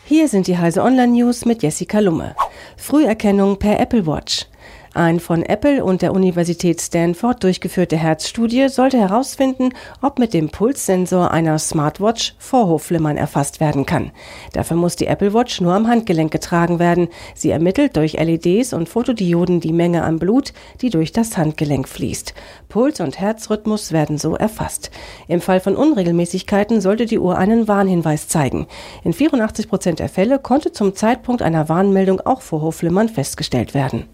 Hier sind die Heise Online News mit Jessica Lumme. Früherkennung per Apple Watch. Ein von Apple und der Universität Stanford durchgeführte Herzstudie sollte herausfinden, ob mit dem Pulssensor einer Smartwatch Vorhofflimmern erfasst werden kann. Dafür muss die Apple Watch nur am Handgelenk getragen werden. Sie ermittelt durch LEDs und Fotodioden die Menge an Blut, die durch das Handgelenk fließt. Puls und Herzrhythmus werden so erfasst. Im Fall von Unregelmäßigkeiten sollte die Uhr einen Warnhinweis zeigen. In 84% der Fälle konnte zum Zeitpunkt einer Warnmeldung auch Vorhofflimmern festgestellt werden.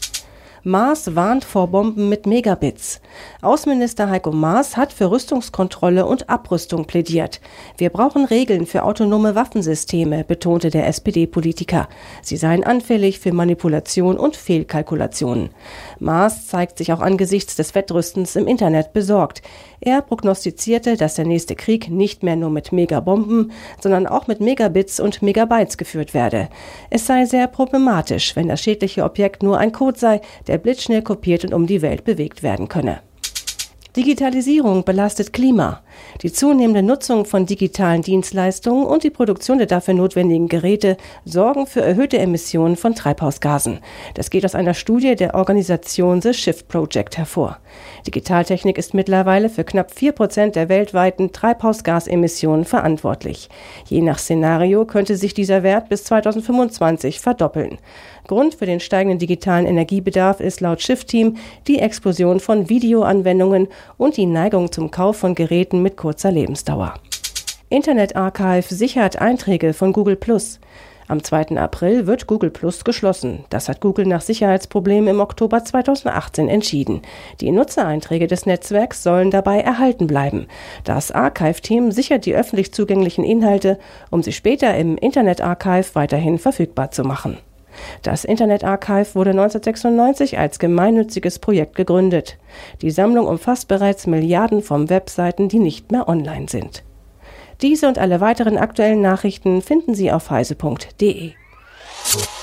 Maas warnt vor Bomben mit Megabits. Außenminister Heiko Maas hat für Rüstungskontrolle und Abrüstung plädiert. Wir brauchen Regeln für autonome Waffensysteme, betonte der SPD-Politiker. Sie seien anfällig für Manipulation und Fehlkalkulationen. Maas zeigt sich auch angesichts des Wettrüstens im Internet besorgt. Er prognostizierte, dass der nächste Krieg nicht mehr nur mit Megabomben, sondern auch mit Megabits und Megabytes geführt werde. Es sei sehr problematisch, wenn das schädliche Objekt nur ein Code sei, der blitzschnell kopiert und um die Welt bewegt werden könne. Digitalisierung belastet Klima. Die zunehmende Nutzung von digitalen Dienstleistungen und die Produktion der dafür notwendigen Geräte sorgen für erhöhte Emissionen von Treibhausgasen. Das geht aus einer Studie der Organisation The Shift Project hervor. Digitaltechnik ist mittlerweile für knapp 4% der weltweiten Treibhausgasemissionen verantwortlich. Je nach Szenario könnte sich dieser Wert bis 2025 verdoppeln. Grund für den steigenden digitalen Energiebedarf ist laut Shift-Team die Explosion von Videoanwendungen und die Neigung zum Kauf von Geräten mit kurzer Lebensdauer. Internet Archive sichert Einträge von Google+. Am 2. April wird Google+ geschlossen. Das hat Google nach Sicherheitsproblemen im Oktober 2018 entschieden. Die Nutzereinträge des Netzwerks sollen dabei erhalten bleiben. Das Archive-Team sichert die öffentlich zugänglichen Inhalte, um sie später im Internet Archive weiterhin verfügbar zu machen. Das Internet Archive wurde 1996 als gemeinnütziges Projekt gegründet. Die Sammlung umfasst bereits Milliarden von Webseiten, die nicht mehr online sind. Diese und alle weiteren aktuellen Nachrichten finden Sie auf heise.de.